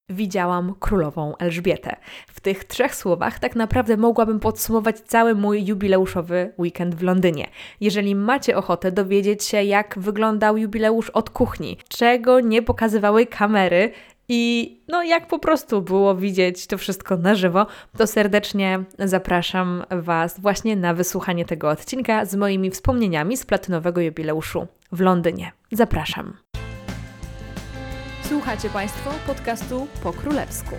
Widziałam królową Elżbietę. W tych 3 słowach tak naprawdę mogłabym podsumować cały mój jubileuszowy weekend w Londynie. Jeżeli macie ochotę dowiedzieć się, jak wyglądał jubileusz od kuchni, czego nie pokazywały kamery i jak po prostu było widzieć to wszystko na żywo, to serdecznie zapraszam Was właśnie na wysłuchanie tego odcinka z moimi wspomnieniami z platynowego jubileuszu w Londynie. Zapraszam. Słuchacie Państwo podcastu po królewsku.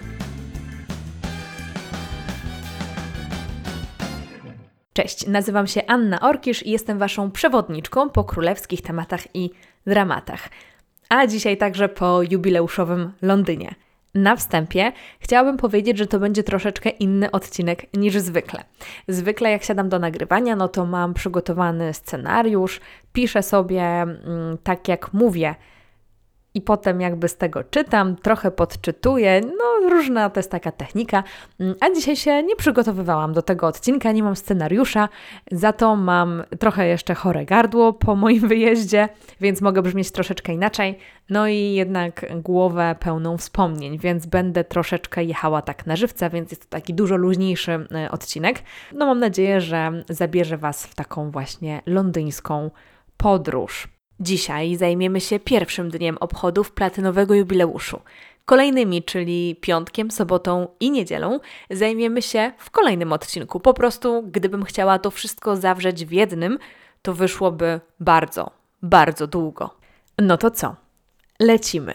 Cześć, nazywam się Anna Orkisz i jestem Waszą przewodniczką po królewskich tematach i dramatach. A dzisiaj także po jubileuszowym Londynie. Na wstępie chciałabym powiedzieć, że to będzie troszeczkę inny odcinek niż zwykle. Zwykle jak siadam do nagrywania, to mam przygotowany scenariusz, piszę sobie tak jak mówię, i potem jakby z tego czytam, trochę podczytuję, różna to jest taka technika, a dzisiaj się nie przygotowywałam do tego odcinka, nie mam scenariusza, za to mam trochę jeszcze chore gardło po moim wyjeździe, więc mogę brzmieć troszeczkę inaczej, i jednak głowę pełną wspomnień, więc będę troszeczkę jechała tak na żywca, więc jest to taki dużo luźniejszy odcinek. Mam nadzieję, że zabierze Was w taką właśnie londyńską podróż. Dzisiaj zajmiemy się pierwszym dniem obchodów platynowego jubileuszu. Kolejnymi, czyli piątkiem, sobotą i niedzielą, zajmiemy się w kolejnym odcinku. Po prostu, gdybym chciała to wszystko zawrzeć w jednym, to wyszłoby bardzo, bardzo długo. No to co? Lecimy.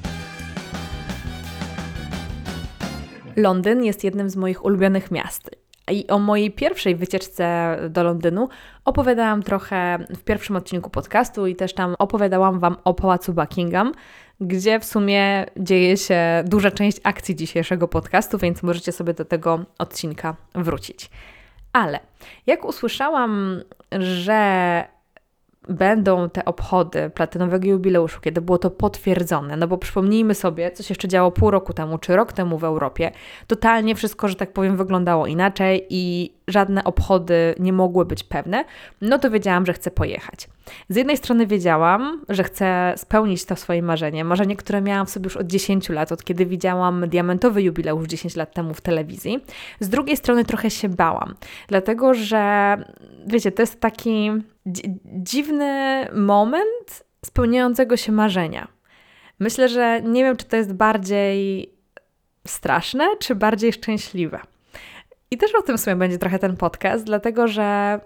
Londyn jest jednym z moich ulubionych miast. I o mojej pierwszej wycieczce do Londynu opowiadałam trochę w pierwszym odcinku podcastu i też tam opowiadałam Wam o Pałacu Buckingham, gdzie w sumie dzieje się duża część akcji dzisiejszego podcastu, więc możecie sobie do tego odcinka wrócić. Ale jak usłyszałam, że będą te obchody platynowego jubileuszu, kiedy było to potwierdzone, bo przypomnijmy sobie, co się jeszcze działo pół roku temu, czy rok temu w Europie, totalnie wszystko, że tak powiem, wyglądało inaczej i żadne obchody nie mogły być pewne, to wiedziałam, że chcę pojechać. Z jednej strony wiedziałam, że chcę spełnić to swoje marzenie, które miałam w sobie już od 10 lat, od kiedy widziałam diamentowy jubileusz 10 lat temu w telewizji. Z drugiej strony trochę się bałam, dlatego że, wiecie, to jest taki dziwny moment spełniającego się marzenia. Myślę, że nie wiem, czy to jest bardziej straszne, czy bardziej szczęśliwe. I też o tym w sumie będzie trochę ten podcast, dlatego że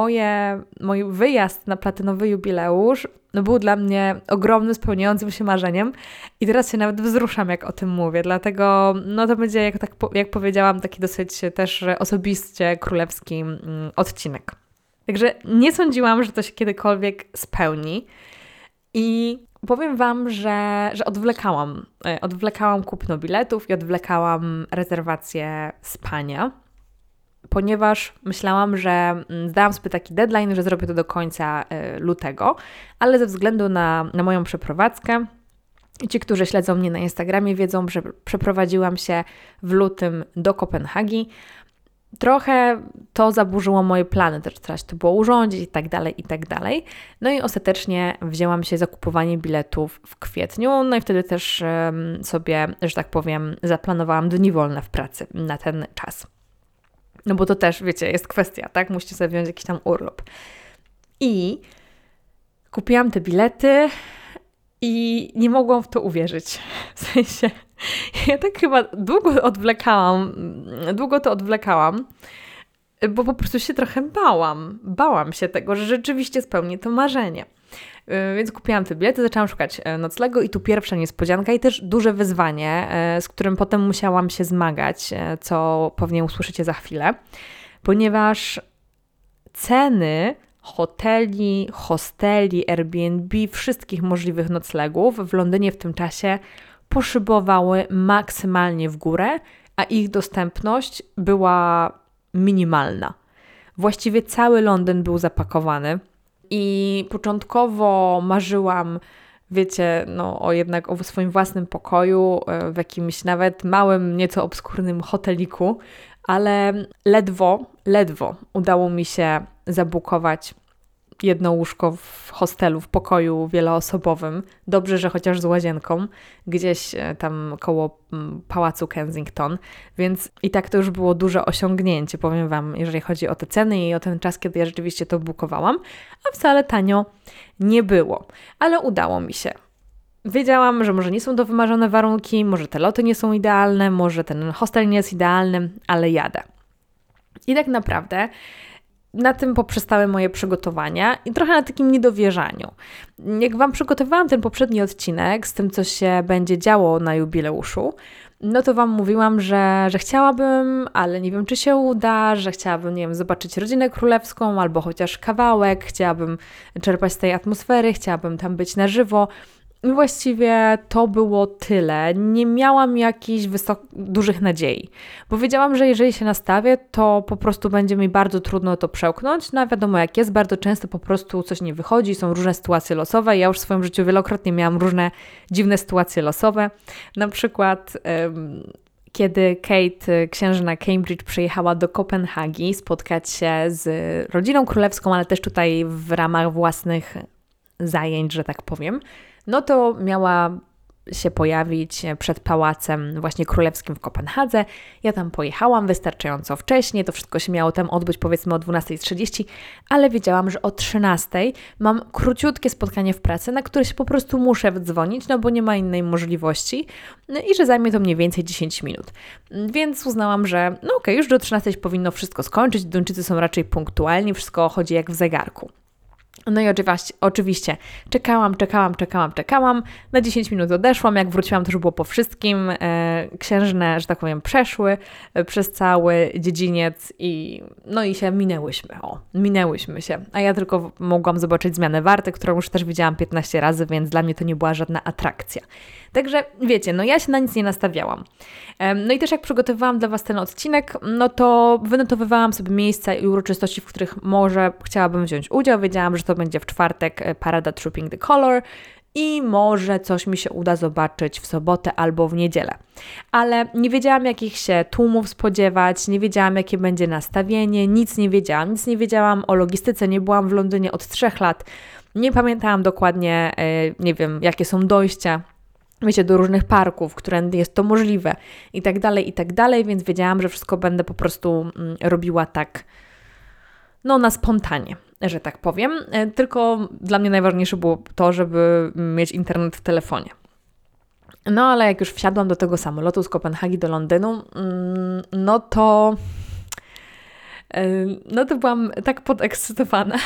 mój wyjazd na platynowy jubileusz był dla mnie ogromnym, spełniającym się marzeniem i teraz się nawet wzruszam, jak o tym mówię, dlatego to będzie, jak powiedziałam, taki dosyć też osobiście królewski odcinek. Także nie sądziłam, że to się kiedykolwiek spełni i powiem Wam, że odwlekałam. Odwlekałam kupno biletów i odwlekałam rezerwację spania, ponieważ myślałam, że zdałam sobie taki deadline, że zrobię to do końca lutego, ale ze względu na moją przeprowadzkę, ci, którzy śledzą mnie na Instagramie, wiedzą, że przeprowadziłam się w lutym do Kopenhagi. Trochę to zaburzyło moje plany, też trzeba się to było urządzić i tak dalej, i tak dalej. I ostatecznie wzięłam się za kupowanie biletów w kwietniu, i wtedy też sobie, że tak powiem, zaplanowałam dni wolne w pracy na ten czas. Bo to też, wiecie, jest kwestia, tak? Musicie sobie wziąć jakiś tam urlop. I kupiłam te bilety i nie mogłam w to uwierzyć. W sensie, ja tak chyba długo to odwlekałam, bo po prostu się trochę bałam. Bałam się tego, że rzeczywiście spełnię to marzenie. Więc kupiłam te bilety, zaczęłam szukać noclegu i tu pierwsza niespodzianka i też duże wyzwanie, z którym potem musiałam się zmagać, co pewnie usłyszycie za chwilę, ponieważ ceny hosteli, Airbnb, wszystkich możliwych noclegów w Londynie w tym czasie poszybowały maksymalnie w górę, a ich dostępność była minimalna. Właściwie cały Londyn był zapakowany i początkowo marzyłam, wiecie, jednak o swoim własnym pokoju w jakimś nawet małym, nieco obskurnym hoteliku, ale ledwo udało mi się zabukować jedno łóżko w hostelu, w pokoju wieloosobowym. Dobrze, że chociaż z łazienką, gdzieś tam koło Pałacu Kensington, więc i tak to już było duże osiągnięcie, powiem Wam, jeżeli chodzi o te ceny i o ten czas, kiedy ja rzeczywiście to bukowałam, a wcale tanio nie było, ale udało mi się. Wiedziałam, że może nie są to wymarzone warunki, może te loty nie są idealne, może ten hostel nie jest idealny, ale jadę. I tak naprawdę na tym poprzestały moje przygotowania i trochę na takim niedowierzaniu. Jak Wam przygotowałam ten poprzedni odcinek z tym, co się będzie działo na jubileuszu, no to Wam mówiłam, że chciałabym, ale nie wiem, czy się uda, że chciałabym, nie wiem, zobaczyć rodzinę królewską albo chociaż kawałek, chciałabym czerpać z tej atmosfery, chciałabym tam być na żywo. I właściwie to było tyle. Nie miałam jakichś dużych nadziei, bo wiedziałam, że jeżeli się nastawię, to po prostu będzie mi bardzo trudno to przełknąć. No a wiadomo jak jest, bardzo często po prostu coś nie wychodzi, są różne sytuacje losowe. Ja już w swoim życiu wielokrotnie miałam różne dziwne sytuacje losowe. Na przykład kiedy Kate, księżna Cambridge, przyjechała do Kopenhagi spotkać się z rodziną królewską, ale też tutaj w ramach własnych zajęć, że tak powiem, no to miała się pojawić przed pałacem właśnie królewskim w Kopenhadze. Ja tam pojechałam wystarczająco wcześnie, to wszystko się miało tam odbyć powiedzmy o 12:30, ale wiedziałam, że o 13:00 mam króciutkie spotkanie w pracy, na które się po prostu muszę wdzwonić, no bo nie ma innej możliwości i że zajmie to mniej więcej 10 minut. Więc uznałam, że no okej, już do 13:00 powinno wszystko skończyć, Duńczycy są raczej punktualni, wszystko chodzi jak w zegarku. No i oczywiście czekałam. Na 10 minut odeszłam, jak wróciłam to już było po wszystkim. Księżne, że tak powiem, przeszły przez cały dziedziniec i się minęłyśmy się. A ja tylko mogłam zobaczyć zmianę warty, którą już też widziałam 15 razy, więc dla mnie to nie była żadna atrakcja. Także wiecie, ja się na nic nie nastawiałam. No i też jak przygotowywałam dla Was ten odcinek, no to wynotowywałam sobie miejsca i uroczystości, w których może chciałabym wziąć udział. Wiedziałam, że to będzie w czwartek Parada Trooping the Colour i może coś mi się uda zobaczyć w sobotę albo w niedzielę. Ale nie wiedziałam, jakich się tłumów spodziewać, nie wiedziałam, jakie będzie nastawienie, nic nie wiedziałam o logistyce, nie byłam w Londynie od 3 lat, nie pamiętałam dokładnie, nie wiem, jakie są dojścia, wiecie, do różnych parków, którędy jest to możliwe i tak dalej, więc wiedziałam, że wszystko będę po prostu robiła tak, na spontanie, że tak powiem. Tylko dla mnie najważniejsze było to, żeby mieć internet w telefonie. No ale jak już wsiadłam do tego samolotu z Kopenhagi do Londynu, no to byłam tak podekscytowana.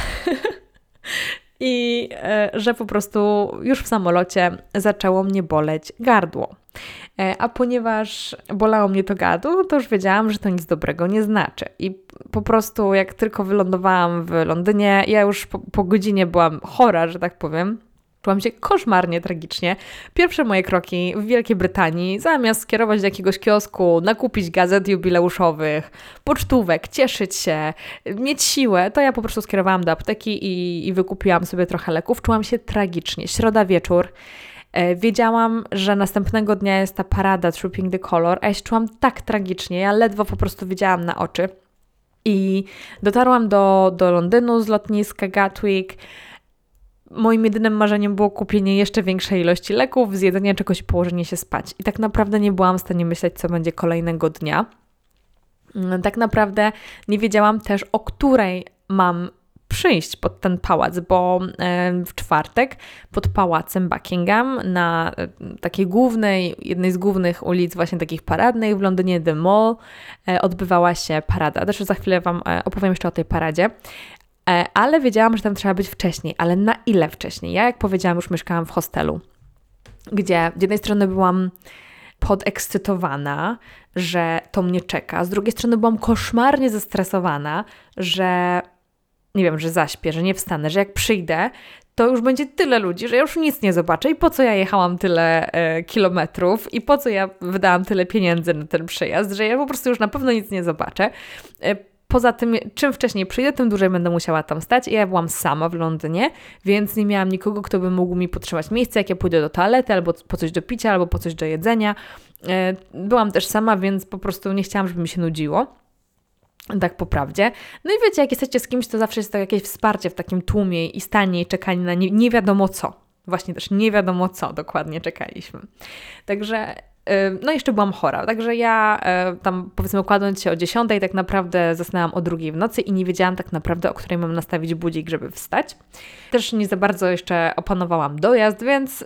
I że po prostu już w samolocie zaczęło mnie boleć gardło. A ponieważ bolało mnie to gardło, to już wiedziałam, że to nic dobrego nie znaczy. I po prostu jak tylko wylądowałam w Londynie, ja już po godzinie byłam chora, że tak powiem. Czułam się koszmarnie tragicznie. Pierwsze moje kroki w Wielkiej Brytanii, zamiast skierować do jakiegoś kiosku, nakupić gazet jubileuszowych, pocztówek, cieszyć się, mieć siłę, to ja po prostu skierowałam do apteki i wykupiłam sobie trochę leków. Czułam się tragicznie. Środa wieczór. Wiedziałam, że następnego dnia jest ta parada Trooping the Colour, a ja się czułam tak tragicznie. Ja ledwo po prostu widziałam na oczy. I dotarłam do Londynu z lotniska Gatwick. Moim jedynym marzeniem było kupienie jeszcze większej ilości leków, zjedzenie czegoś i położenie się spać. I tak naprawdę nie byłam w stanie myśleć, co będzie kolejnego dnia. Tak naprawdę nie wiedziałam też, o której mam przyjść pod ten pałac, bo w czwartek pod pałacem Buckingham na takiej jednej z głównych ulic właśnie takich paradnych w Londynie, The Mall, odbywała się parada. Też za chwilę Wam opowiem jeszcze o tej paradzie. Ale wiedziałam, że tam trzeba być wcześniej. Ale na ile wcześniej? Ja, jak powiedziałam, już mieszkałam w hostelu, gdzie z jednej strony byłam podekscytowana, że to mnie czeka, z drugiej strony byłam koszmarnie zestresowana, że nie wiem, że zaśpię, że nie wstanę, że jak przyjdę, to już będzie tyle ludzi, że ja już nic nie zobaczę i po co ja jechałam tyle kilometrów i po co ja wydałam tyle pieniędzy na ten przejazd, że ja po prostu już na pewno nic nie zobaczę. Poza tym, czym wcześniej przyjdę, tym dłużej będę musiała tam stać. Ja byłam sama w Londynie, więc nie miałam nikogo, kto by mógł mi podtrzymać miejsce, jak ja pójdę do toalety, albo po coś do picia, albo po coś do jedzenia. Byłam też sama, więc po prostu nie chciałam, żeby mi się nudziło. Tak po prawdzie. No i wiecie, jak jesteście z kimś, to zawsze jest to jakieś wsparcie w takim tłumie i stanie i czekanie na nie wiadomo co. Właśnie też nie wiadomo co dokładnie czekaliśmy. Także no jeszcze byłam chora, także ja tam powiedzmy kładąc się o 10, tak naprawdę zasnęłam o 2 w nocy i nie wiedziałam tak naprawdę, o której mam nastawić budzik, żeby wstać. Też nie za bardzo jeszcze opanowałam dojazd, więc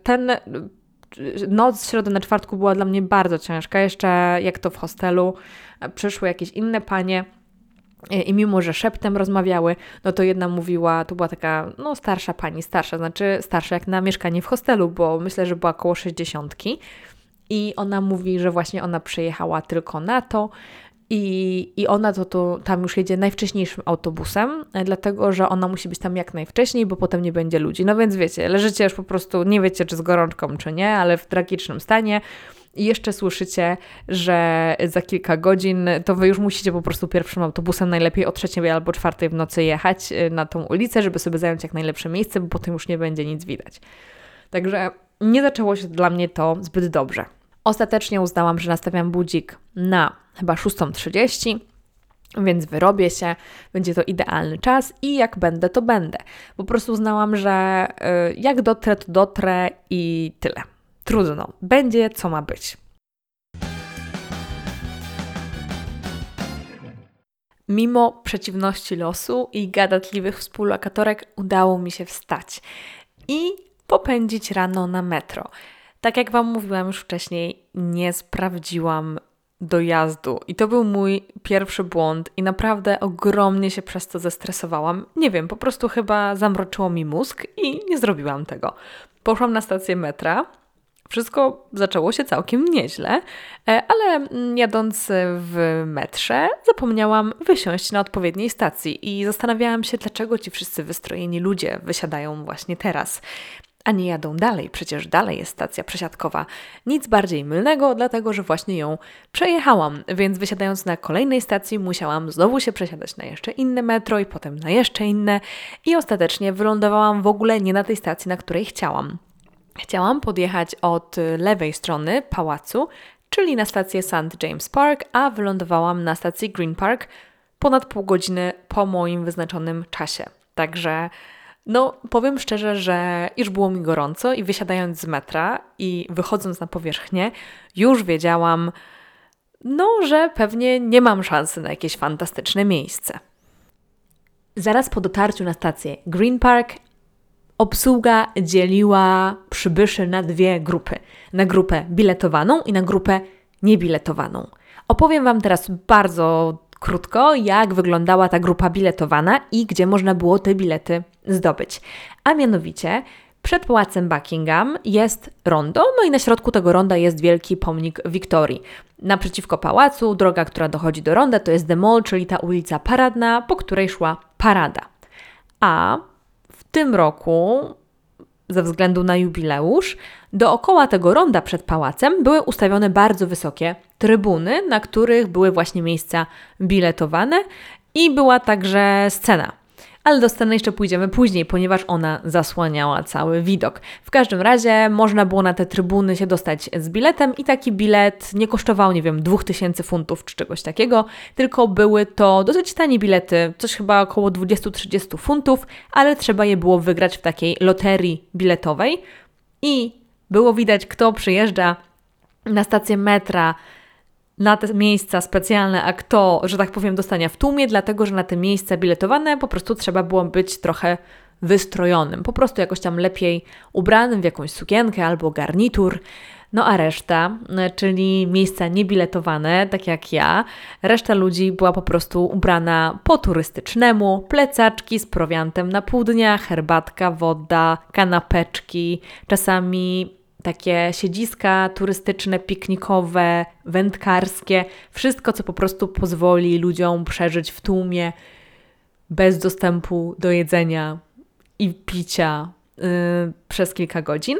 noc z środy na czwartku była dla mnie bardzo ciężka. Jeszcze jak to w hostelu przyszły jakieś inne panie i mimo, że szeptem rozmawiały, no to jedna mówiła, to była taka starsza pani, znaczy starsza jak na mieszkanie w hostelu, bo myślę, że była około 60. I ona mówi, że właśnie ona przyjechała tylko na to i ona to tam już jedzie najwcześniejszym autobusem, dlatego, że ona musi być tam jak najwcześniej, bo potem nie będzie ludzi. No więc wiecie, leżycie już po prostu, nie wiecie czy z gorączką, czy nie, ale w tragicznym stanie i jeszcze słyszycie, że za kilka godzin to wy już musicie po prostu pierwszym autobusem najlepiej o 3 albo 4 w nocy jechać na tą ulicę, żeby sobie zająć jak najlepsze miejsce, bo potem już nie będzie nic widać. Także nie zaczęło się dla mnie to zbyt dobrze. Ostatecznie uznałam, że nastawiam budzik na chyba 6:30, więc wyrobię się, będzie to idealny czas i jak będę, to będę. Po prostu uznałam, że jak dotrę, to dotrę i tyle. Trudno, będzie co ma być. Mimo przeciwności losu i gadatliwych współlokatorek udało mi się wstać i popędzić rano na metro. Tak jak Wam mówiłam już wcześniej, nie sprawdziłam dojazdu i to był mój pierwszy błąd i naprawdę ogromnie się przez to zestresowałam. Nie wiem, po prostu chyba zamroczyło mi mózg i nie zrobiłam tego. Poszłam na stację metra. Wszystko zaczęło się całkiem nieźle, ale jadąc w metrze zapomniałam wysiąść na odpowiedniej stacji i zastanawiałam się, dlaczego ci wszyscy wystrojeni ludzie wysiadają właśnie teraz, a nie jadą dalej, przecież dalej jest stacja przesiadkowa. Nic bardziej mylnego, dlatego że właśnie ją przejechałam, więc wysiadając na kolejnej stacji musiałam znowu się przesiadać na jeszcze inne metro i potem na jeszcze inne i ostatecznie wylądowałam w ogóle nie na tej stacji, na której chciałam. Chciałam podjechać od lewej strony pałacu, czyli na stację St. James Park, a wylądowałam na stacji Green Park ponad pół godziny po moim wyznaczonym czasie. Także powiem szczerze, że już było mi gorąco i wysiadając z metra i wychodząc na powierzchnię, już wiedziałam, że pewnie nie mam szansy na jakieś fantastyczne miejsce. Zaraz po dotarciu na stację Green Park obsługa dzieliła przybyszy na 2 grupy. Na grupę biletowaną i na grupę niebiletowaną. Opowiem Wam teraz bardzo krótko, jak wyglądała ta grupa biletowana i gdzie można było te bilety zdobyć. A mianowicie przed Pałacem Buckingham jest rondo, i na środku tego ronda jest wielki pomnik Wiktorii. Naprzeciwko pałacu droga, która dochodzi do ronda, to jest The Mall, czyli ta ulica Paradna, po której szła parada. A w tym roku, ze względu na jubileusz, dookoła tego ronda przed pałacem były ustawione bardzo wysokie trybuny, na których były właśnie miejsca biletowane i była także scena. Ale do sceny jeszcze pójdziemy później, ponieważ ona zasłaniała cały widok. W każdym razie można było na te trybuny się dostać z biletem i taki bilet nie kosztował, 2000 funtów czy czegoś takiego, tylko były to dosyć tanie bilety, coś chyba około 20-30 funtów, ale trzeba je było wygrać w takiej loterii biletowej i było widać, kto przyjeżdża na stację metra, na te miejsca specjalne, a kto, że tak powiem, dostania w tłumie, dlatego że na te miejsca biletowane po prostu trzeba było być trochę wystrojonym, po prostu jakoś tam lepiej ubranym w jakąś sukienkę albo garnitur. A reszta, czyli miejsca niebiletowane, tak jak ja, reszta ludzi była po prostu ubrana po turystycznemu, plecaczki z prowiantem na pół dnia, herbatka, woda, kanapeczki, czasami takie siedziska turystyczne, piknikowe, wędkarskie, wszystko, co po prostu pozwoli ludziom przeżyć w tłumie bez dostępu do jedzenia i picia przez kilka godzin.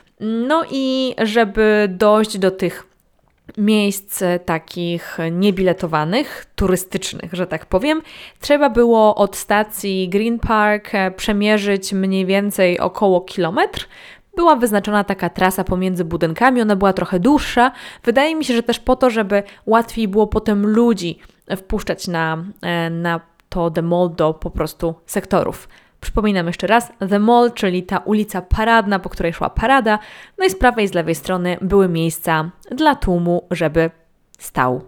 I żeby dojść do tych miejsc takich niebiletowanych, turystycznych, że tak powiem, trzeba było od stacji Green Park przemierzyć mniej więcej około kilometr. Była wyznaczona taka trasa pomiędzy budynkami, ona była trochę dłuższa. Wydaje mi się, że też po to, żeby łatwiej było potem ludzi wpuszczać na to The Mall do po prostu sektorów. Przypominam jeszcze raz, The Mall, czyli ta ulica Paradna, po której szła parada, no i z prawej i z lewej strony były miejsca dla tłumu, żeby stał.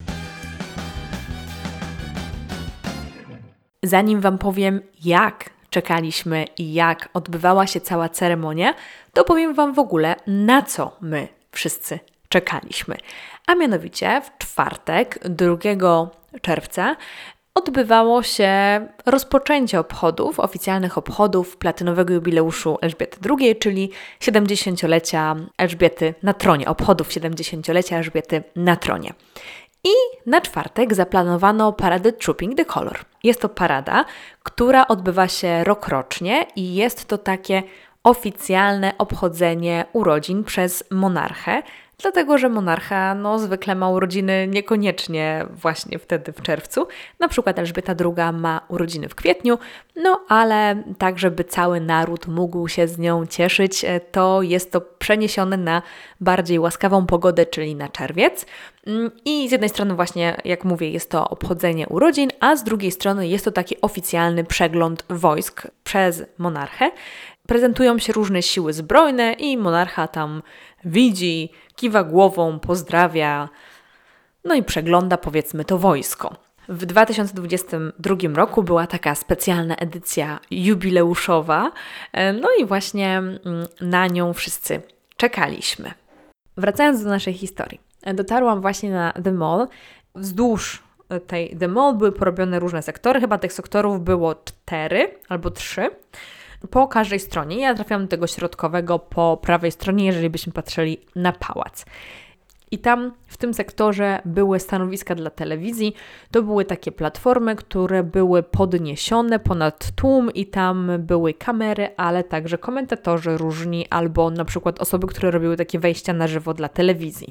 Zanim Wam powiem, jak czekaliśmy i jak odbywała się cała ceremonia, to powiem Wam w ogóle, na co my wszyscy czekaliśmy. A mianowicie w czwartek, 2 czerwca, odbywało się rozpoczęcie oficjalnych obchodów platynowego jubileuszu Elżbiety II, czyli 70-lecia Elżbiety na tronie, obchodów 70-lecia Elżbiety na tronie. I na czwartek zaplanowano paradę Trooping the Colour. Jest to parada, która odbywa się rokrocznie i jest to takie oficjalne obchodzenie urodzin przez monarchę, dlatego że monarcha zwykle ma urodziny niekoniecznie właśnie wtedy w czerwcu. Na przykład Elżbieta II ma urodziny w kwietniu, ale tak, żeby cały naród mógł się z nią cieszyć, to jest to przeniesione na bardziej łaskawą pogodę, czyli na czerwiec. I z jednej strony właśnie, jak mówię, jest to obchodzenie urodzin, a z drugiej strony jest to taki oficjalny przegląd wojsk przez monarchę. Prezentują się różne siły zbrojne i monarcha tam widzi, kiwa głową, pozdrawia, i przegląda, powiedzmy, to wojsko. W 2022 roku była taka specjalna edycja jubileuszowa, i właśnie na nią wszyscy czekaliśmy. Wracając do naszej historii, dotarłam właśnie na The Mall. Wzdłuż tej The Mall były porobione różne sektory, chyba tych sektorów było 4 albo 3. Po każdej stronie. Ja trafiłam do tego środkowego po prawej stronie, jeżeli byśmy patrzyli na pałac. I tam w tym sektorze były stanowiska dla telewizji. To były takie platformy, które były podniesione ponad tłum i tam były kamery, ale także komentatorzy różni albo na przykład osoby, które robiły takie wejścia na żywo dla telewizji.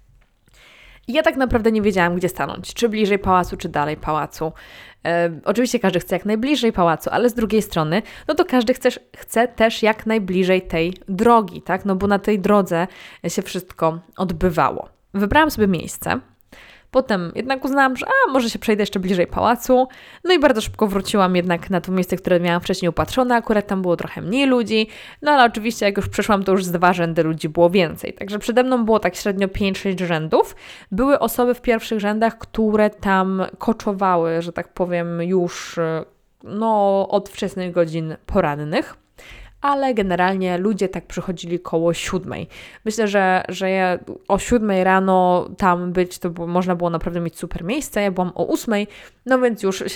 I ja tak naprawdę nie wiedziałam, gdzie stanąć, czy bliżej pałacu, czy dalej pałacu. Oczywiście każdy chce jak najbliżej pałacu, ale z drugiej strony, to każdy chce też jak najbliżej tej drogi, tak? Bo na tej drodze się wszystko odbywało. Wybrałam sobie miejsce. Potem jednak uznałam, że może się przejdę jeszcze bliżej pałacu. I bardzo szybko wróciłam jednak na to miejsce, które miałam wcześniej upatrzone. Akurat tam było trochę mniej ludzi. Ale oczywiście jak już przyszłam, to już z 2 rzędy ludzi było więcej. Także przede mną było tak średnio 5-6 rzędów. Były osoby w pierwszych rzędach, które tam koczowały, że tak powiem, już od wczesnych godzin porannych. Ale generalnie ludzie tak przychodzili koło 7. Myślę, że ja o 7 rano tam być, to można było naprawdę mieć super miejsce. Ja byłam o 8, więc już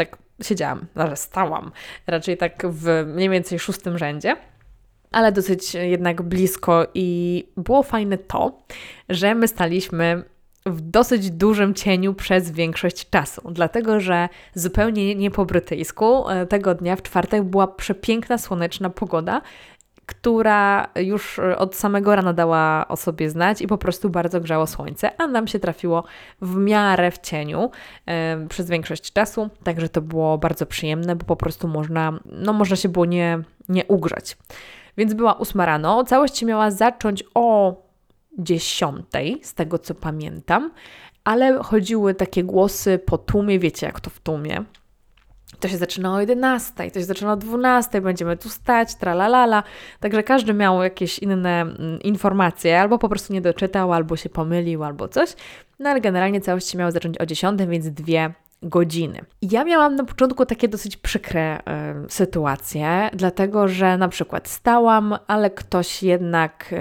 stałam raczej tak w mniej więcej 6 rzędzie. Ale dosyć jednak blisko i było fajne to, że my staliśmy w dosyć dużym cieniu przez większość czasu, dlatego że zupełnie nie po brytyjsku tego dnia w czwartek była przepiękna, słoneczna pogoda, która już od samego rana dała o sobie znać i po prostu bardzo grzało słońce, a nam się trafiło w miarę w cieniu przez większość czasu, także to było bardzo przyjemne, bo po prostu można się było nie ugrzać. Więc była 8 rano, całość się miała zacząć o 10, z tego co pamiętam, ale chodziły takie głosy po tłumie, wiecie jak to w tłumie. To się zaczyna o 11, to się zaczyna o 12, będziemy tu stać, tralalala. Także każdy miał jakieś inne informacje, albo po prostu nie doczytał, albo się pomylił, albo coś. Ale generalnie całość się miała zacząć o 10, więc 2 godziny. Ja miałam na początku takie dosyć przykre sytuacje, dlatego że na przykład stałam, ale ktoś jednak,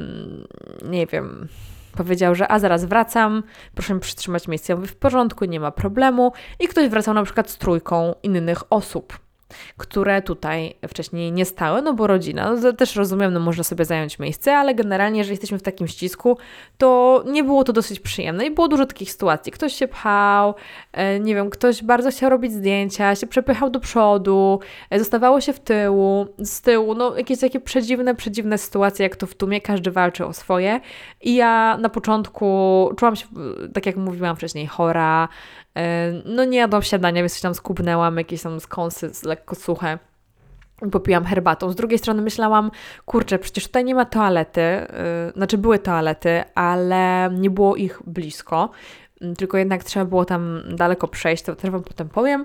powiedział, że zaraz wracam, proszę mi przytrzymać miejsce. Ja mówię, w porządku, nie ma problemu. I ktoś wracał na przykład z 3 innych osób, które tutaj wcześniej nie stały, bo rodzina, to też rozumiem, można sobie zająć miejsce, ale generalnie, jeżeli jesteśmy w takim ścisku, to nie było to dosyć przyjemne i było dużo takich sytuacji. Ktoś się pchał, ktoś bardzo chciał robić zdjęcia, się przepychał do przodu, zostawało się z tyłu, jakieś takie przedziwne sytuacje, jak to w tłumie, każdy walczy o swoje i ja na początku czułam się, tak jak mówiłam wcześniej, chora, nie jadłam śniadania, więc się tam skubnęłam, jakieś tam skąsy lekko suche, popiłam herbatą. Z drugiej strony myślałam, kurczę, przecież tutaj nie ma toalety, były toalety, ale nie było ich blisko. tylko jednak trzeba było tam daleko przejść, to też Wam potem powiem.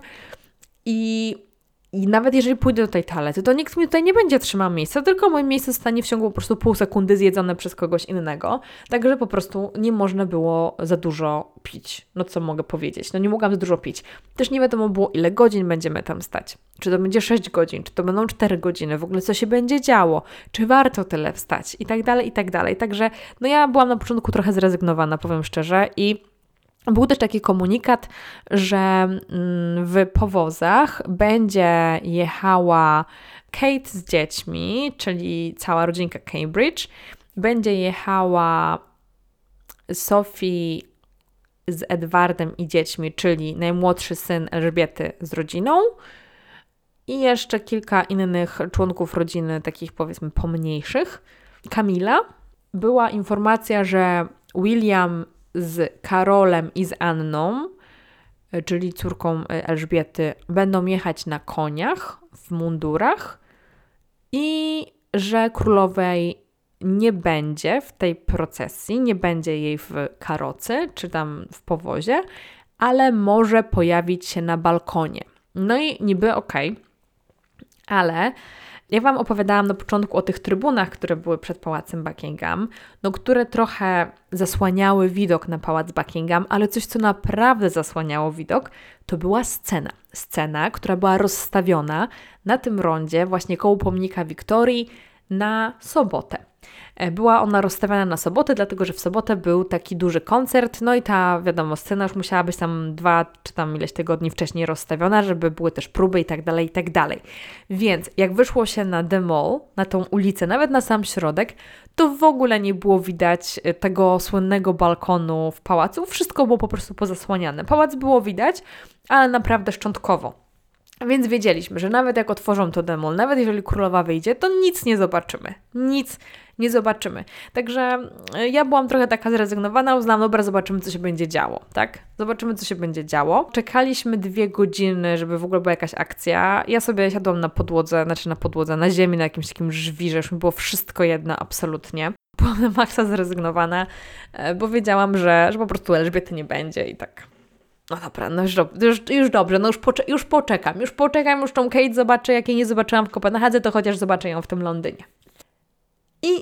I nawet jeżeli pójdę do tej toalety, to nikt mi tutaj nie będzie trzymał miejsca, tylko moje miejsce zostanie w ciągu po prostu pół sekundy zjedzone przez kogoś innego. Także po prostu nie można było za dużo pić. No co mogę powiedzieć? No nie mogłam za dużo pić. Też nie wiadomo było, ile godzin będziemy tam stać. Czy to będzie 6 godzin, czy to będą 4 godziny, w ogóle co się będzie działo, czy warto tyle wstać i tak dalej, i tak dalej. Także no ja byłam na początku trochę zrezygnowana, powiem szczerze, i był też taki komunikat, że w powozach będzie jechała Kate z dziećmi, czyli cała rodzinka Cambridge, będzie jechała Sophie z Edwardem i dziećmi, czyli najmłodszy syn Elżbiety z rodziną i jeszcze kilka innych członków rodziny, takich powiedzmy pomniejszych. Kamila. Była informacja, że William z Karolem i z Anną, czyli córką Elżbiety, będą jechać na koniach w mundurach i że królowej nie będzie w tej procesji, nie będzie jej w karocy czy tam w powozie, ale może pojawić się na balkonie. No i niby okej, ale jak Wam opowiadałam na początku o tych trybunach, które były przed Pałacem Buckingham, no które trochę zasłaniały widok na Pałac Buckingham, ale coś, co naprawdę zasłaniało widok, to była scena. Scena, która była rozstawiona na tym rondzie, właśnie koło pomnika Wiktorii, na sobotę. Była ona rozstawiana na sobotę, dlatego że w sobotę był taki duży koncert, no i ta, wiadomo, scena już musiała być tam 2 czy tam ileś tygodni wcześniej rozstawiona, żeby były też próby i tak dalej, i tak dalej. Więc jak wyszło się na The Mall, na tą ulicę, nawet na sam środek, to w ogóle nie było widać tego słynnego balkonu w pałacu, wszystko było po prostu pozasłaniane. Pałac było widać, ale naprawdę szczątkowo. Więc wiedzieliśmy, że nawet jak otworzą to The Mall, nawet jeżeli królowa wyjdzie, to nic nie zobaczymy. Nic nie zobaczymy. Także ja byłam trochę taka zrezygnowana, uznałam, dobra, zobaczymy, co się będzie działo, tak? Zobaczymy, co się będzie działo. Czekaliśmy 2 godziny, żeby w ogóle była jakaś akcja. Ja sobie siadłam na podłodze, na ziemi, na jakimś takim żwirze, już mi było wszystko jedno, absolutnie. Byłam na maksa zrezygnowana, bo wiedziałam, że po prostu Elżbiety nie będzie i tak. No dobra, no już dobrze, no już poczekam, już tą Kate zobaczę, jak jej nie zobaczyłam w Kopenhadze, to chociaż zobaczę ją w tym Londynie. I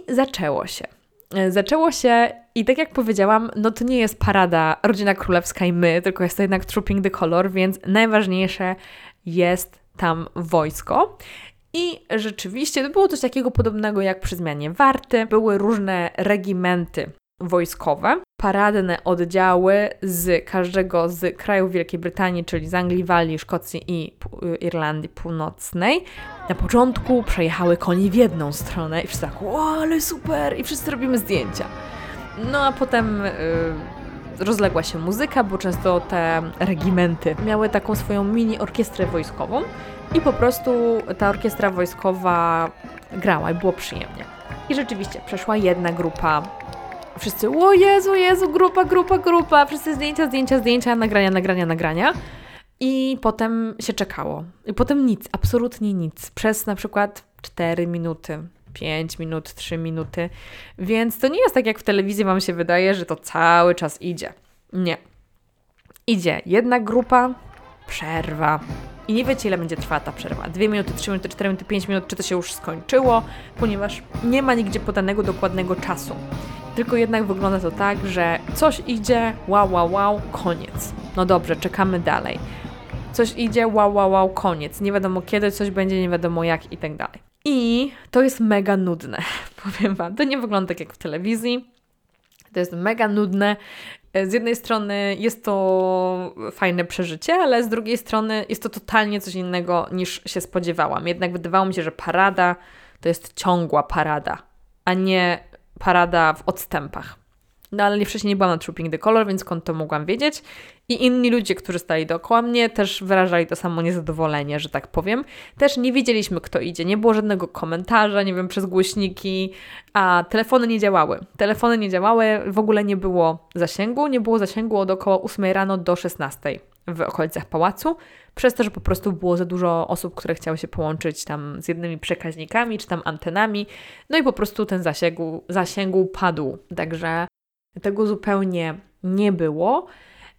zaczęło się i tak jak powiedziałam, no to nie jest parada Rodzina Królewska i my, tylko jest to jednak Trooping the Colour, więc najważniejsze jest tam wojsko. I rzeczywiście to było coś takiego podobnego jak przy zmianie warty, były różne regimenty wojskowe, paradne oddziały z każdego z krajów Wielkiej Brytanii, czyli z Anglii, Walii, Szkocji i Irlandii Północnej. Na początku przejechały koni w jedną stronę i wszyscy tak, o, ale super, i wszyscy robimy zdjęcia. No a potem rozległa się muzyka, bo często te regimenty miały taką swoją mini orkiestrę wojskową i po prostu ta orkiestra wojskowa grała i było przyjemnie. I rzeczywiście przeszła jedna grupa. Wszyscy, o Jezu, grupa, wszyscy zdjęcia, nagrania. I potem się czekało. I potem nic, absolutnie nic. Przez na przykład 4 minuty, 5 minut, 3 minuty. Więc to nie jest tak, jak w telewizji Wam się wydaje, że to cały czas idzie. Nie. Idzie jedna grupa, przerwa. I nie wiecie, ile będzie trwała ta przerwa. 2 minuty, 3 minuty, 4 minuty, 5 minut, czy to się już skończyło, ponieważ nie ma nigdzie podanego dokładnego czasu. Tylko jednak wygląda to tak, że coś idzie, wow, koniec. No dobrze, czekamy dalej. Coś idzie, wow, koniec. Nie wiadomo kiedy, coś będzie, nie wiadomo jak i tak dalej. I to jest mega nudne, powiem Wam. To nie wygląda tak jak w telewizji. To jest mega nudne. Z jednej strony jest to fajne przeżycie, ale z drugiej strony jest to totalnie coś innego niż się spodziewałam. Jednak wydawało mi się, że parada to jest ciągła parada, a nie parada w odstępach. No ale wcześniej nie byłam na Trooping the Colour, więc skąd to mogłam wiedzieć? I inni ludzie, którzy stali dookoła mnie, też wyrażali to samo niezadowolenie, że tak powiem. Też nie wiedzieliśmy, kto idzie. Nie było żadnego komentarza, nie wiem, przez głośniki, a telefony nie działały. W ogóle nie było zasięgu od około 8 rano do 16 w okolicach pałacu, przez to, że po prostu było za dużo osób, które chciały się połączyć tam z jednymi przekaźnikami, czy tam antenami, no i po prostu ten zasięgu padł. Także tego zupełnie nie było.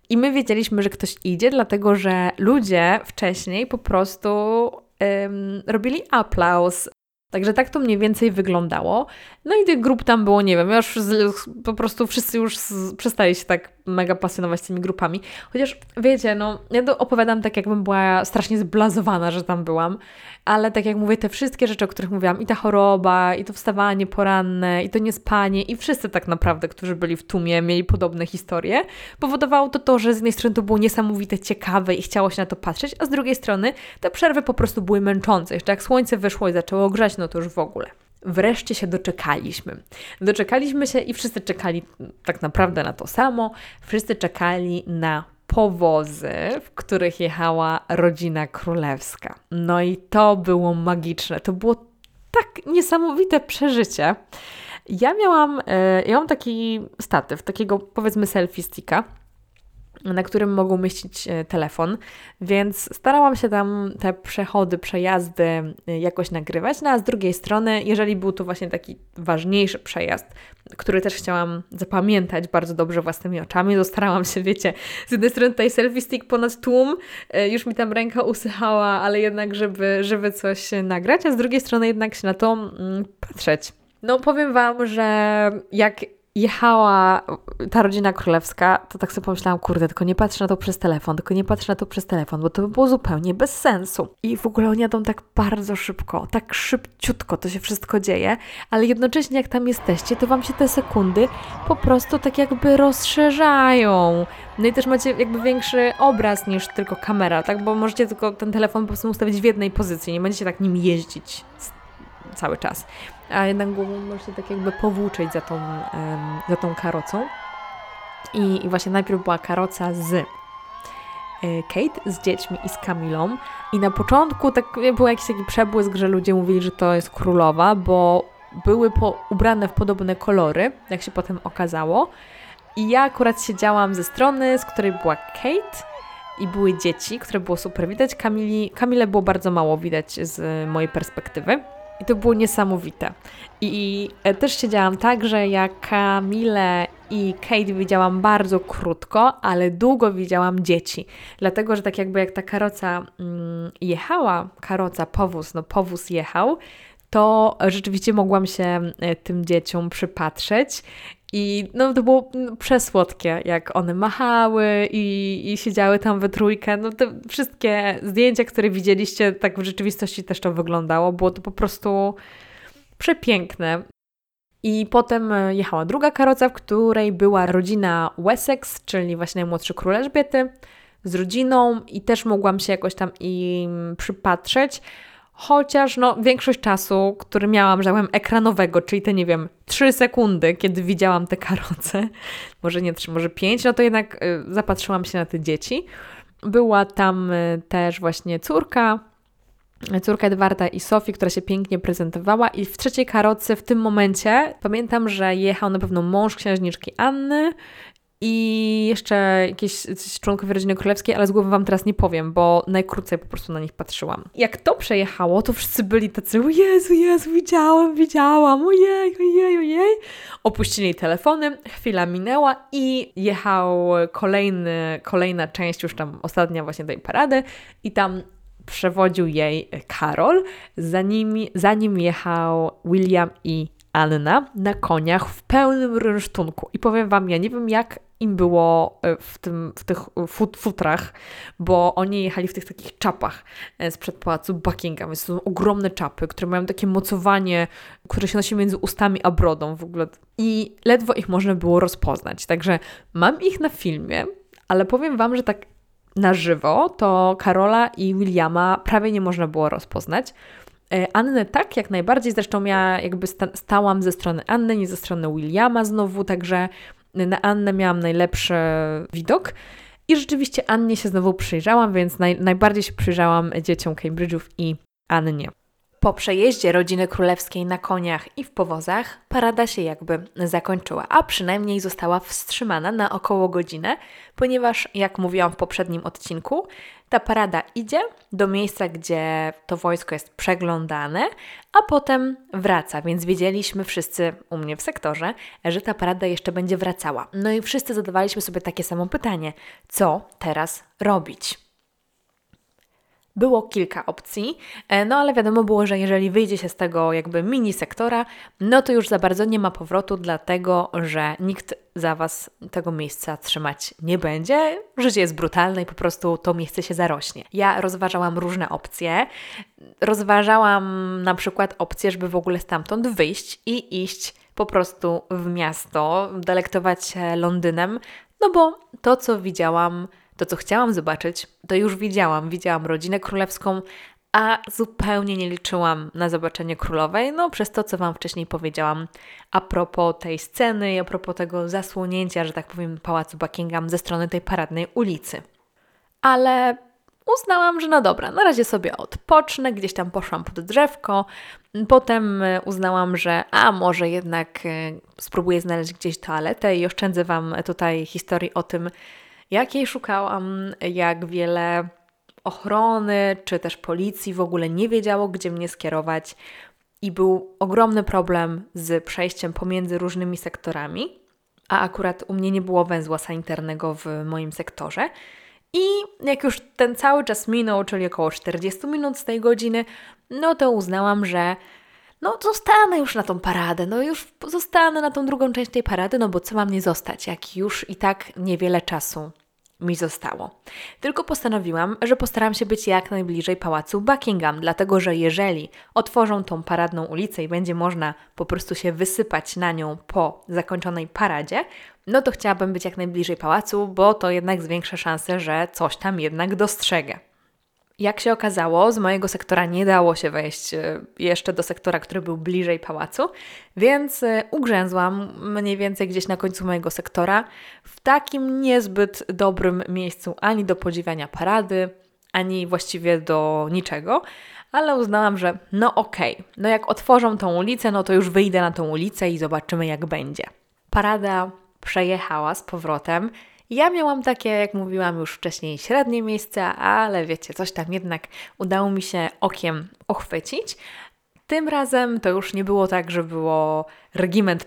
I my wiedzieliśmy, że ktoś idzie, dlatego że ludzie wcześniej po prostu robili aplauz. Także tak to mniej więcej wyglądało. No i tych grup tam było, nie wiem, po prostu wszyscy już przestali się tak mega pasjonować tymi grupami. Chociaż wiecie, no ja to opowiadam tak, jakbym była strasznie zblazowana, że tam byłam, ale tak jak mówię, te wszystkie rzeczy, o których mówiłam, i ta choroba, i to wstawanie poranne, i to niespanie, i wszyscy tak naprawdę, którzy byli w tłumie, mieli podobne historie, powodowało to, że z jednej strony to było niesamowite, ciekawe i chciało się na to patrzeć, a z drugiej strony te przerwy po prostu były męczące. Jeszcze jak słońce wyszło i zaczęło grzać, no to już w ogóle. Wreszcie się doczekaliśmy. Doczekaliśmy się i wszyscy czekali tak naprawdę na to samo. Wszyscy czekali na powozy, w których jechała rodzina królewska. No i to było magiczne. To było tak niesamowite przeżycie. Ja mam taki statyw, takiego powiedzmy selfie sticka, na którym mogą mieścić telefon, więc starałam się tam te przechody, przejazdy jakoś nagrywać, no a z drugiej strony, jeżeli był to właśnie taki ważniejszy przejazd, który też chciałam zapamiętać bardzo dobrze własnymi oczami, to starałam się, wiecie, z jednej strony tutaj selfie stick ponad tłum, już mi tam ręka usychała, ale jednak, żeby coś nagrać, a z drugiej strony jednak się na to patrzeć. No powiem Wam, że jak jechała ta rodzina królewska, to tak sobie pomyślałam, kurde, tylko nie patrzę na to przez telefon, bo to by było zupełnie bez sensu. I w ogóle oni jadą tak bardzo szybko, tak szybciutko to się wszystko dzieje, ale jednocześnie jak tam jesteście, to Wam się te sekundy po prostu tak jakby rozszerzają. No i też macie jakby większy obraz niż tylko kamera, tak? Bo możecie tylko ten telefon po prostu ustawić w jednej pozycji, nie będziecie tak nim jeździć cały czas. A jednak głową możecie tak jakby powłóczyć za tą karocą. I właśnie najpierw była karoca z Kate, z dziećmi i z Camillą. I na początku tak był jakiś taki przebłysk, że ludzie mówili, że to jest królowa, bo były ubrane w podobne kolory, jak się potem okazało. I ja akurat siedziałam ze strony, z której była Kate i były dzieci, które było super widać. Camille było bardzo mało widać z mojej perspektywy. I to było niesamowite. I też siedziałam tak, że ja Camille i Kate widziałam bardzo krótko, ale długo widziałam dzieci. Dlatego, że tak jakby jak ta karoca jechała, powóz jechał, to rzeczywiście mogłam się tym dzieciom przypatrzeć. I no to było przesłodkie, jak one machały i siedziały tam we trójkę. No te wszystkie zdjęcia, które widzieliście, tak w rzeczywistości też to wyglądało. Było to po prostu przepiękne. I potem jechała druga karoca, w której była rodzina Wessex, czyli właśnie najmłodszy król Elżbiety, z rodziną i też mogłam się jakoś tam im przypatrzeć. Chociaż większość czasu, który miałam, że byłem ekranowego, czyli te, nie wiem, 3 sekundy, kiedy widziałam te karoce, może nie 3, może 5, no to jednak zapatrzyłam się na te dzieci. Była tam też właśnie córka Edwarda i Sofii, która się pięknie prezentowała i w trzeciej karocy w tym momencie pamiętam, że jechał na pewno mąż księżniczki Anny i jeszcze jakieś członkowie rodziny królewskiej, ale z głowy Wam teraz nie powiem, bo najkrócej po prostu na nich patrzyłam. Jak to przejechało, to wszyscy byli tacy, o Jezu, widziałam, ojej. Opuścili telefony, chwila minęła i jechał kolejna część, już tam ostatnia właśnie tej parady i tam przewodził jej Karol, za nim jechał William i Anna na koniach w pełnym rynsztunku. I powiem Wam, ja nie wiem jak im było w tych futrach, bo oni jechali w tych takich czapach sprzed pałacu Buckingham. Więc to są ogromne czapy, które mają takie mocowanie, które się nosi między ustami a brodą w ogóle. I ledwo ich można było rozpoznać. Także mam ich na filmie, ale powiem Wam, że tak na żywo to Karola i Williama prawie nie można było rozpoznać. Annę tak, jak najbardziej, zresztą ja jakby stałam ze strony Anny, nie ze strony Williama znowu, także na Annę miałam najlepszy widok i rzeczywiście Annie się znowu przyjrzałam, więc najbardziej się przyjrzałam dzieciom Cambridge'ów i Annie. Po przejeździe rodziny królewskiej na koniach i w powozach parada się jakby zakończyła, a przynajmniej została wstrzymana na około godzinę, ponieważ, jak mówiłam w poprzednim odcinku, ta parada idzie do miejsca, gdzie to wojsko jest przeglądane, a potem wraca, więc wiedzieliśmy wszyscy u mnie w sektorze, że ta parada jeszcze będzie wracała. No i wszyscy zadawaliśmy sobie takie samo pytanie, co teraz robić? Było kilka opcji, no ale wiadomo było, że jeżeli wyjdzie się z tego jakby mini sektora, no to już za bardzo nie ma powrotu, dlatego że nikt za Was tego miejsca trzymać nie będzie. Życie jest brutalne i po prostu to miejsce się zarośnie. Ja rozważałam różne opcje. Rozważałam na przykład opcję, żeby w ogóle stamtąd wyjść i iść po prostu w miasto, delektować się Londynem, no bo to, co widziałam, to, co chciałam zobaczyć, to już widziałam. Widziałam rodzinę królewską, a zupełnie nie liczyłam na zobaczenie królowej, no przez to, co Wam wcześniej powiedziałam a propos tej sceny, a propos tego zasłonięcia, że tak powiem, Pałacu Buckingham ze strony tej paradnej ulicy. Ale uznałam, że no dobra, na razie sobie odpocznę, gdzieś tam poszłam pod drzewko, potem uznałam, że może jednak spróbuję znaleźć gdzieś toaletę i oszczędzę Wam tutaj historii o tym, jakiej szukałam, jak wiele ochrony czy też policji w ogóle nie wiedziało, gdzie mnie skierować i był ogromny problem z przejściem pomiędzy różnymi sektorami, a akurat u mnie nie było węzła sanitarnego w moim sektorze. I jak już ten cały czas minął, czyli około 40 minut z tej godziny, no to uznałam, że zostanę już na tą paradę, już zostanę na tą drugą część tej parady, bo co mam nie zostać, jak już i tak niewiele czasu mi zostało. Tylko postanowiłam, że postaram się być jak najbliżej Pałacu Buckingham, dlatego że jeżeli otworzą tą paradną ulicę i będzie można po prostu się wysypać na nią po zakończonej paradzie, no to chciałabym być jak najbliżej pałacu, bo to jednak zwiększa szanse, że coś tam jednak dostrzegę. Jak się okazało, z mojego sektora nie dało się wejść jeszcze do sektora, który był bliżej pałacu, więc ugrzęzłam mniej więcej gdzieś na końcu mojego sektora w takim niezbyt dobrym miejscu ani do podziwiania parady, ani właściwie do niczego, ale uznałam, że okej, jak otworzą tą ulicę, to już wyjdę na tą ulicę i zobaczymy jak będzie. Parada przejechała z powrotem. Ja miałam takie, jak mówiłam już wcześniej, średnie miejsca, ale wiecie, coś tam jednak udało mi się okiem ochwycić. Tym razem to już nie było tak, że było regiment,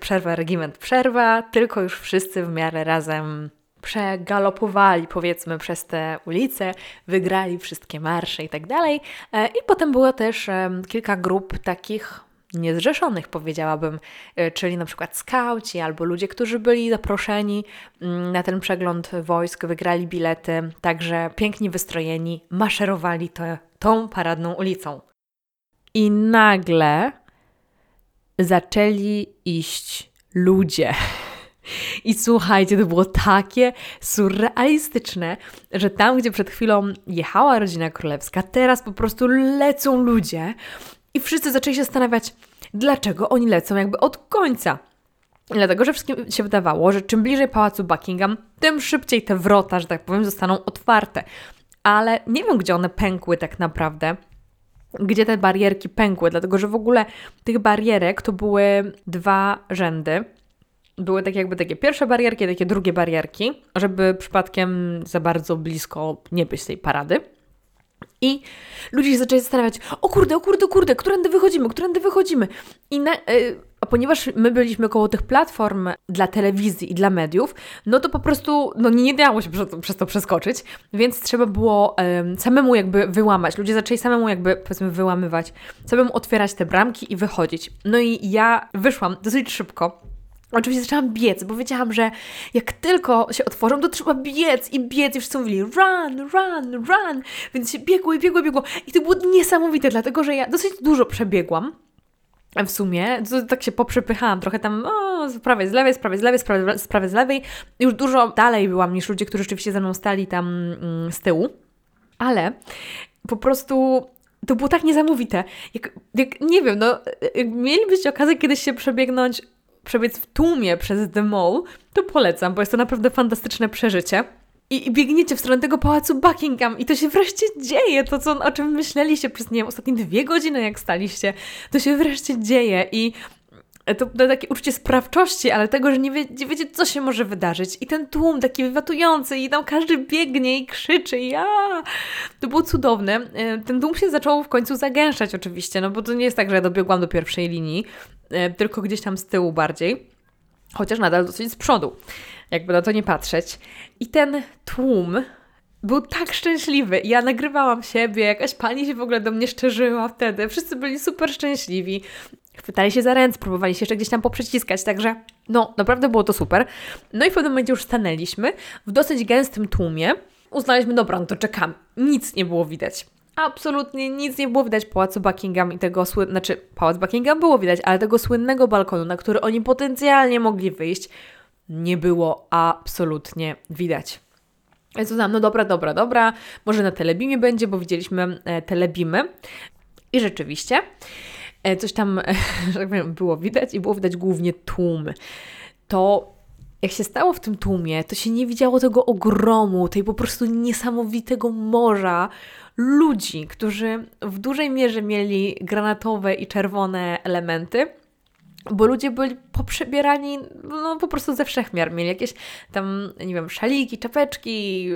przerwa, tylko już wszyscy w miarę razem przegalopowali, powiedzmy, przez te ulice, wygrali wszystkie marsze i tak dalej. I potem było też kilka grup takich niezrzeszonych, powiedziałabym, czyli na przykład skauci albo ludzie, którzy byli zaproszeni na ten przegląd wojsk, wygrali bilety, także pięknie wystrojeni, maszerowali tą paradną ulicą. I nagle zaczęli iść ludzie. I słuchajcie, to było takie surrealistyczne, że tam, gdzie przed chwilą jechała rodzina królewska, teraz po prostu lecą ludzie i wszyscy zaczęli się zastanawiać, dlaczego oni lecą jakby od końca. Dlatego, że wszystkim się wydawało, że czym bliżej Pałacu Buckingham, tym szybciej te wrota, że tak powiem, zostaną otwarte. Ale nie wiem, gdzie one pękły tak naprawdę, gdzie te barierki pękły, dlatego, że w ogóle tych barierek to były 2 rzędy. Były takie pierwsze barierki, takie drugie barierki, żeby przypadkiem za bardzo blisko nie być tej parady. I ludzie się zaczęli zastanawiać, o kurde, którędy wychodzimy? A ponieważ my byliśmy koło tych platform dla telewizji i dla mediów, to po prostu nie dało się przez to przeskoczyć, więc trzeba było samemu jakby wyłamać. Ludzie zaczęli samemu jakby, powiedzmy, wyłamywać, samemu otwierać te bramki i wychodzić. I ja wyszłam dosyć szybko. Oczywiście zaczęłam biec, bo wiedziałam, że jak tylko się otworzą, to trzeba biec i wszyscy mówili run, więc się biegło. I to było niesamowite, dlatego że ja dosyć dużo przebiegłam. W sumie, to tak się poprzepychałam trochę tam, z prawej, z lewej. Już dużo dalej byłam niż ludzie, którzy rzeczywiście ze mną stali tam z tyłu. Ale po prostu to było tak niesamowite. Jak nie wiem, jak mielibyście okazję kiedyś się przebiec w tłumie przez The Mall, to polecam, bo jest to naprawdę fantastyczne przeżycie. i biegniecie w stronę tego pałacu Buckingham i to się wreszcie dzieje, to o czym myśleliście przez, nie wiem, ostatnie 2 godziny, jak staliście, to się wreszcie dzieje i to takie uczucie sprawczości, ale tego, że nie wiecie, co się może wydarzyć. I ten tłum taki wywatujący i tam każdy biegnie i krzyczy. To było cudowne. Ten tłum się zaczął w końcu zagęszczać oczywiście, no bo to nie jest tak, że ja dobiegłam do pierwszej linii, tylko gdzieś tam z tyłu bardziej. Chociaż nadal dosyć z przodu, jakby na to nie patrzeć. I ten tłum był tak szczęśliwy. Ja nagrywałam siebie, jakaś pani się w ogóle do mnie szczerzyła wtedy. Wszyscy byli super szczęśliwi. Chwytali się za ręce, próbowali się jeszcze gdzieś tam poprzeciskać, także no, naprawdę było to super. No i w pewnym momencie już stanęliśmy w dosyć gęstym tłumie. Uznaliśmy, dobra, no to czekamy. Nic nie było widać. Absolutnie nic nie było widać Pałacu Buckingham i tego Pałac Buckingham było widać, ale tego słynnego balkonu, na który oni potencjalnie mogli wyjść, nie było absolutnie widać. Więc uznałam, no dobra, może na Telebimie będzie, bo widzieliśmy Telebimy i rzeczywiście coś tam, że tak powiem, było widać i było widać głównie tłum. To jak się stało w tym tłumie, to się nie widziało tego ogromu, tej po prostu niesamowitego morza ludzi, którzy w dużej mierze mieli granatowe i czerwone elementy, bo ludzie byli poprzebierani no po prostu ze wszechmiar. Mieli jakieś tam, nie wiem, szaliki, czapeczki,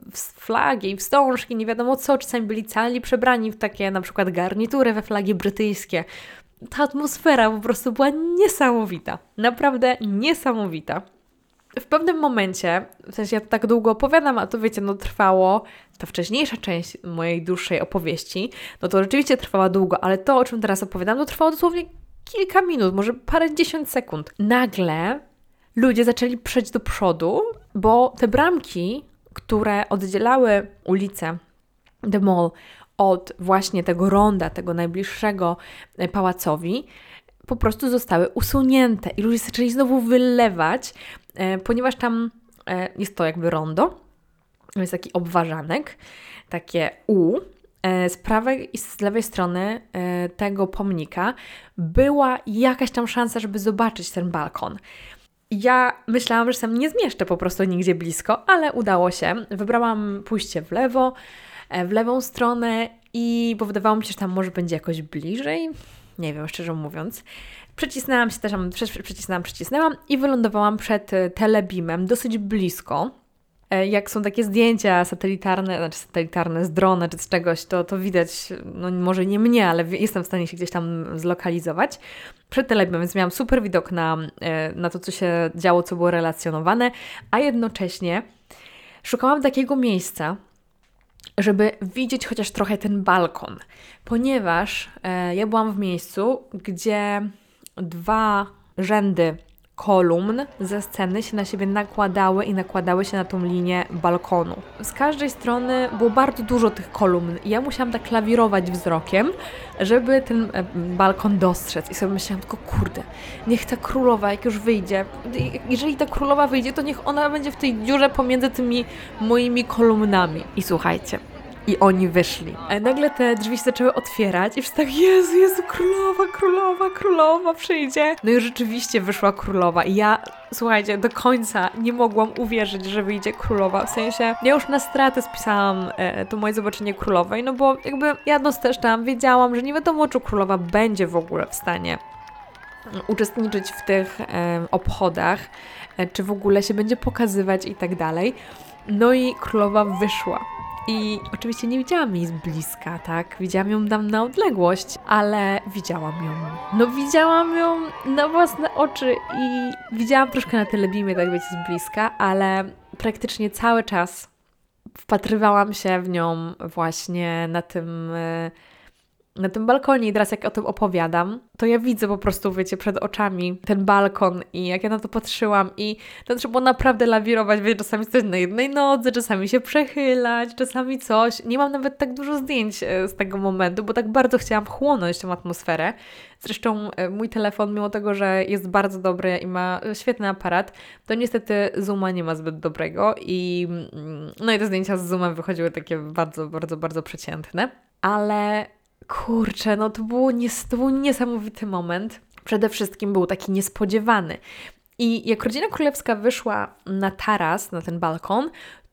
flagi, wstążki, nie wiadomo co. Czasami byli cali przebrani w takie na przykład garnitury we flagi brytyjskie. Ta atmosfera po prostu była niesamowita. Naprawdę niesamowita. W pewnym momencie, w sensie ja tak długo opowiadam, a to wiecie, no trwało, ta wcześniejsza część mojej dłuższej opowieści, no to rzeczywiście trwała długo, ale to, o czym teraz opowiadam, to trwało dosłownie kilka minut, może parędziesiąt sekund. Nagle ludzie zaczęli przejść do przodu, bo te bramki, które oddzielały ulicę The Mall od właśnie tego ronda, tego najbliższego pałacowi, po prostu zostały usunięte i ludzie zaczęli znowu wylewać, ponieważ tam jest to jakby rondo, jest taki obwarzanek, takie U. Z prawej i z lewej strony tego pomnika była jakaś tam szansa, żeby zobaczyć ten balkon. Ja myślałam, że sam nie zmieszczę po prostu nigdzie blisko, ale udało się. Wybrałam pójście w lewo, w lewą stronę bo wydawało mi się, że tam może będzie jakoś bliżej. Nie wiem, szczerze mówiąc. Przycisnęłam się też, przycisnęłam i wylądowałam przed Telebimem dosyć blisko. Jak są takie zdjęcia satelitarne z drona czy z czegoś, to widać, no może nie mnie, ale jestem w stanie się gdzieś tam zlokalizować. Przed Telebimem, więc miałam super widok na to, co się działo, co było relacjonowane, a jednocześnie szukałam takiego miejsca, żeby widzieć chociaż trochę ten balkon, ponieważ ja byłam w miejscu, gdzie 2 rzędy kolumn ze sceny się na siebie nakładały się na tą linię balkonu. Z każdej strony było bardzo dużo tych kolumn i ja musiałam tak klawirować wzrokiem, żeby ten balkon dostrzec. I sobie myślałam tylko, kurde, niech ta królowa jak już wyjdzie, jeżeli ta królowa wyjdzie, to niech ona będzie w tej dziurze pomiędzy tymi moimi kolumnami. I słuchajcie, i oni wyszli. A nagle te drzwi się zaczęły otwierać i wszyscy tak, Jezu, królowa przyjdzie. No i rzeczywiście wyszła królowa i ja, słuchajcie, do końca nie mogłam uwierzyć, że wyjdzie królowa. W sensie, ja już na stratę spisałam to moje zobaczenie królowej, no bo jakby ja też tam wiedziałam, że nie wiadomo, czy królowa będzie w ogóle w stanie uczestniczyć w tych obchodach, czy w ogóle się będzie pokazywać i tak dalej. No i królowa wyszła. I oczywiście nie widziałam jej z bliska, tak? Widziałam ją tam na odległość, ale widziałam ją. No widziałam ją na własne oczy i widziałam troszkę na Telebimie, tak wiecie, z bliska, ale praktycznie cały czas wpatrywałam się w nią właśnie na tym balkonie i teraz jak o tym opowiadam, to ja widzę po prostu, wiecie, przed oczami ten balkon i jak ja na to patrzyłam i to trzeba było naprawdę lawirować, wiecie, czasami stać na jednej nodze, czasami się przechylać, czasami coś. Nie mam nawet tak dużo zdjęć z tego momentu, bo tak bardzo chciałam chłonąć tę atmosferę. Zresztą mój telefon, mimo tego, że jest bardzo dobry i ma świetny aparat, to niestety zooma nie ma zbyt dobrego i no i te zdjęcia z zoomem wychodziły takie bardzo, bardzo, bardzo przeciętne, ale kurczę, no to był niesamowity moment. Przede wszystkim był taki niespodziewany. I jak rodzina królewska wyszła na taras, na ten balkon,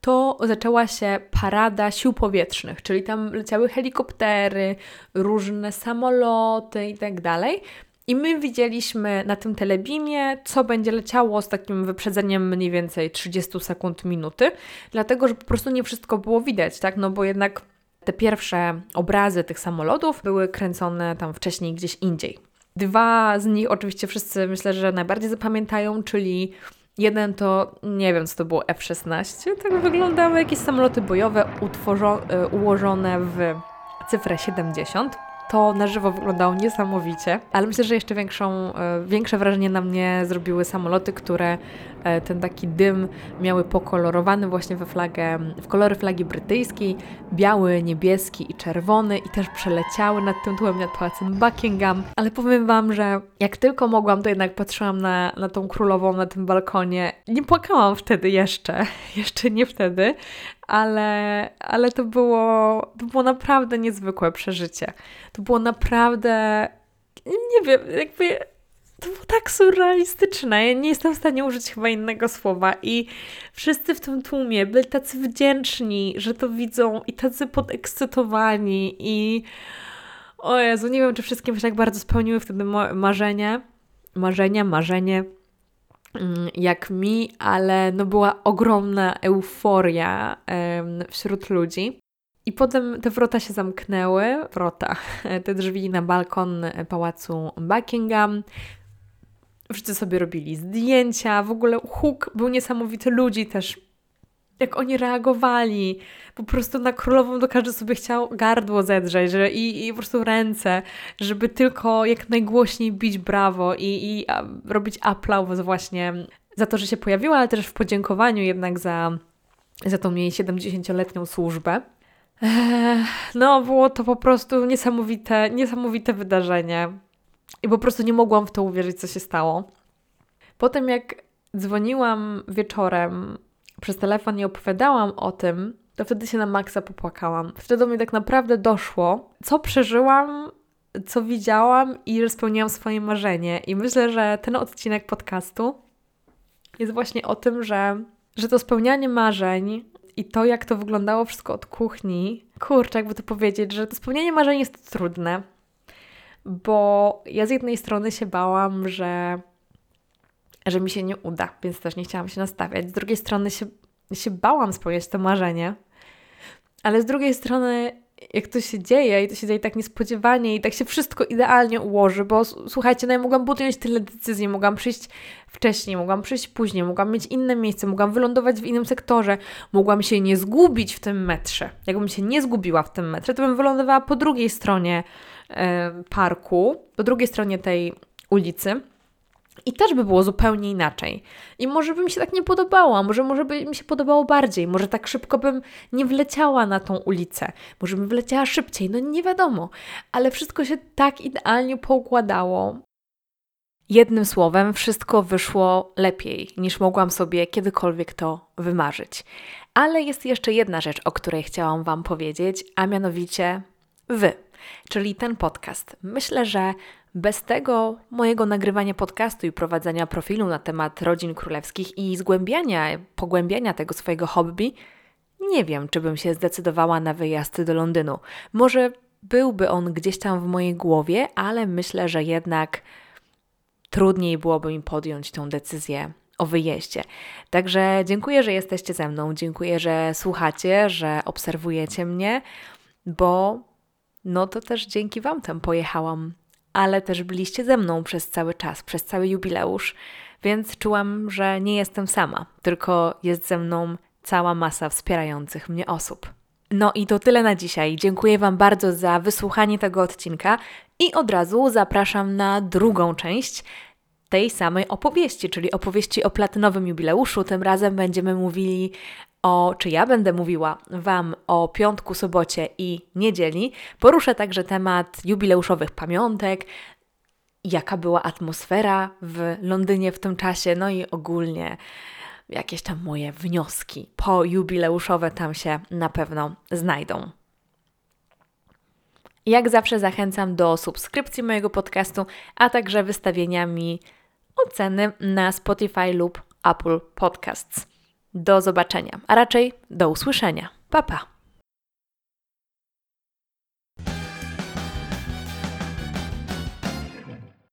to zaczęła się parada sił powietrznych, czyli tam leciały helikoptery, różne samoloty i tak dalej. I my widzieliśmy na tym telebimie, co będzie leciało z takim wyprzedzeniem mniej więcej 30 sekund, minuty, dlatego, że po prostu nie wszystko było widać, tak? No bo jednak te pierwsze obrazy tych samolotów były kręcone tam wcześniej gdzieś indziej. 2 z nich oczywiście wszyscy myślę, że najbardziej zapamiętają, czyli jeden to, nie wiem co to było, F-16, tak wyglądały jakieś samoloty bojowe ułożone w cyfrę 70. To na żywo wyglądało niesamowicie, ale myślę, że jeszcze większe wrażenie na mnie zrobiły samoloty, które ten taki dym miały pokolorowany właśnie w kolory flagi brytyjskiej, biały, niebieski i czerwony i też przeleciały nad tym tłem, nad pałacem Buckingham. Ale powiem Wam, że jak tylko mogłam, to jednak patrzyłam na tą królową na tym balkonie. Nie płakałam wtedy jeszcze nie wtedy, ale to było naprawdę niezwykłe przeżycie. To było naprawdę, nie wiem, jakby to było tak surrealistyczne. Ja nie jestem w stanie użyć chyba innego słowa i wszyscy w tym tłumie byli tacy wdzięczni, że to widzą i tacy podekscytowani i o Jezu, nie wiem, czy wszystkim się tak bardzo spełniły wtedy marzenie jak mi, ale no była ogromna euforia wśród ludzi. I potem te wrota się zamknęły, te drzwi na balkon pałacu Buckingham. Wszyscy sobie robili zdjęcia, w ogóle huk był niesamowity, ludzi też, jak oni reagowali. Po prostu na królową to każdy sobie chciał gardło zedrzeć i po prostu ręce, żeby tylko jak najgłośniej bić brawo i robić aplauz właśnie za to, że się pojawiła, ale też w podziękowaniu jednak za tą jej 70-letnią służbę. No, było to po prostu niesamowite wydarzenie. I po prostu nie mogłam w to uwierzyć, co się stało. Potem jak dzwoniłam wieczorem przez telefon i opowiadałam o tym, to wtedy się na maksa popłakałam. Wtedy do mnie tak naprawdę doszło, co przeżyłam, co widziałam i że spełniłam swoje marzenie. I myślę, że ten odcinek podcastu jest właśnie o tym, że to spełnianie marzeń i to, jak to wyglądało wszystko od kuchni, kurczę, jakby to powiedzieć, że to spełnianie marzeń jest trudne, bo ja z jednej strony się bałam, że mi się nie uda, więc też nie chciałam się nastawiać. Z drugiej strony się bałam spełniać to marzenie, ale z drugiej strony jak to się dzieje i to się dzieje tak niespodziewanie i tak się wszystko idealnie ułoży, bo słuchajcie, no ja mogłam podjąć tyle decyzji, mogłam przyjść wcześniej, mogłam przyjść później, mogłam mieć inne miejsce, mogłam wylądować w innym sektorze, mogłam się nie zgubić w tym metrze. Jakbym się nie zgubiła w tym metrze, to bym wylądowała po drugiej stronie parku, po drugiej stronie tej ulicy. I też by było zupełnie inaczej. I może by mi się tak nie podobało, może by mi się podobało bardziej, może tak szybko bym nie wleciała na tą ulicę, może bym wleciała szybciej, no nie wiadomo, ale wszystko się tak idealnie poukładało. Jednym słowem, wszystko wyszło lepiej, niż mogłam sobie kiedykolwiek to wymarzyć. Ale jest jeszcze jedna rzecz, o której chciałam Wam powiedzieć, a mianowicie Wy, czyli ten podcast. Myślę, że bez tego mojego nagrywania podcastu i prowadzenia profilu na temat rodzin królewskich i pogłębiania tego swojego hobby, nie wiem, czy bym się zdecydowała na wyjazd do Londynu. Może byłby on gdzieś tam w mojej głowie, ale myślę, że jednak trudniej byłoby mi podjąć tę decyzję o wyjeździe. Także dziękuję, że jesteście ze mną, dziękuję, że słuchacie, że obserwujecie mnie, bo no to też dzięki Wam tam pojechałam, ale też byliście ze mną przez cały czas, przez cały jubileusz, więc czułam, że nie jestem sama, tylko jest ze mną cała masa wspierających mnie osób. No i to tyle na dzisiaj. Dziękuję Wam bardzo za wysłuchanie tego odcinka i od razu zapraszam na drugą część tej samej opowieści, czyli opowieści o platynowym jubileuszu. Tym razem ja będę mówiła Wam o piątku, sobocie i niedzieli. Poruszę także temat jubileuszowych pamiątek, jaka była atmosfera w Londynie w tym czasie, no i ogólnie jakieś tam moje wnioski pojubileuszowe tam się na pewno znajdą. Jak zawsze zachęcam do subskrypcji mojego podcastu, a także wystawienia mi oceny na Spotify lub Apple Podcasts. do zobaczenia, a raczej do usłyszenia. Pa, pa!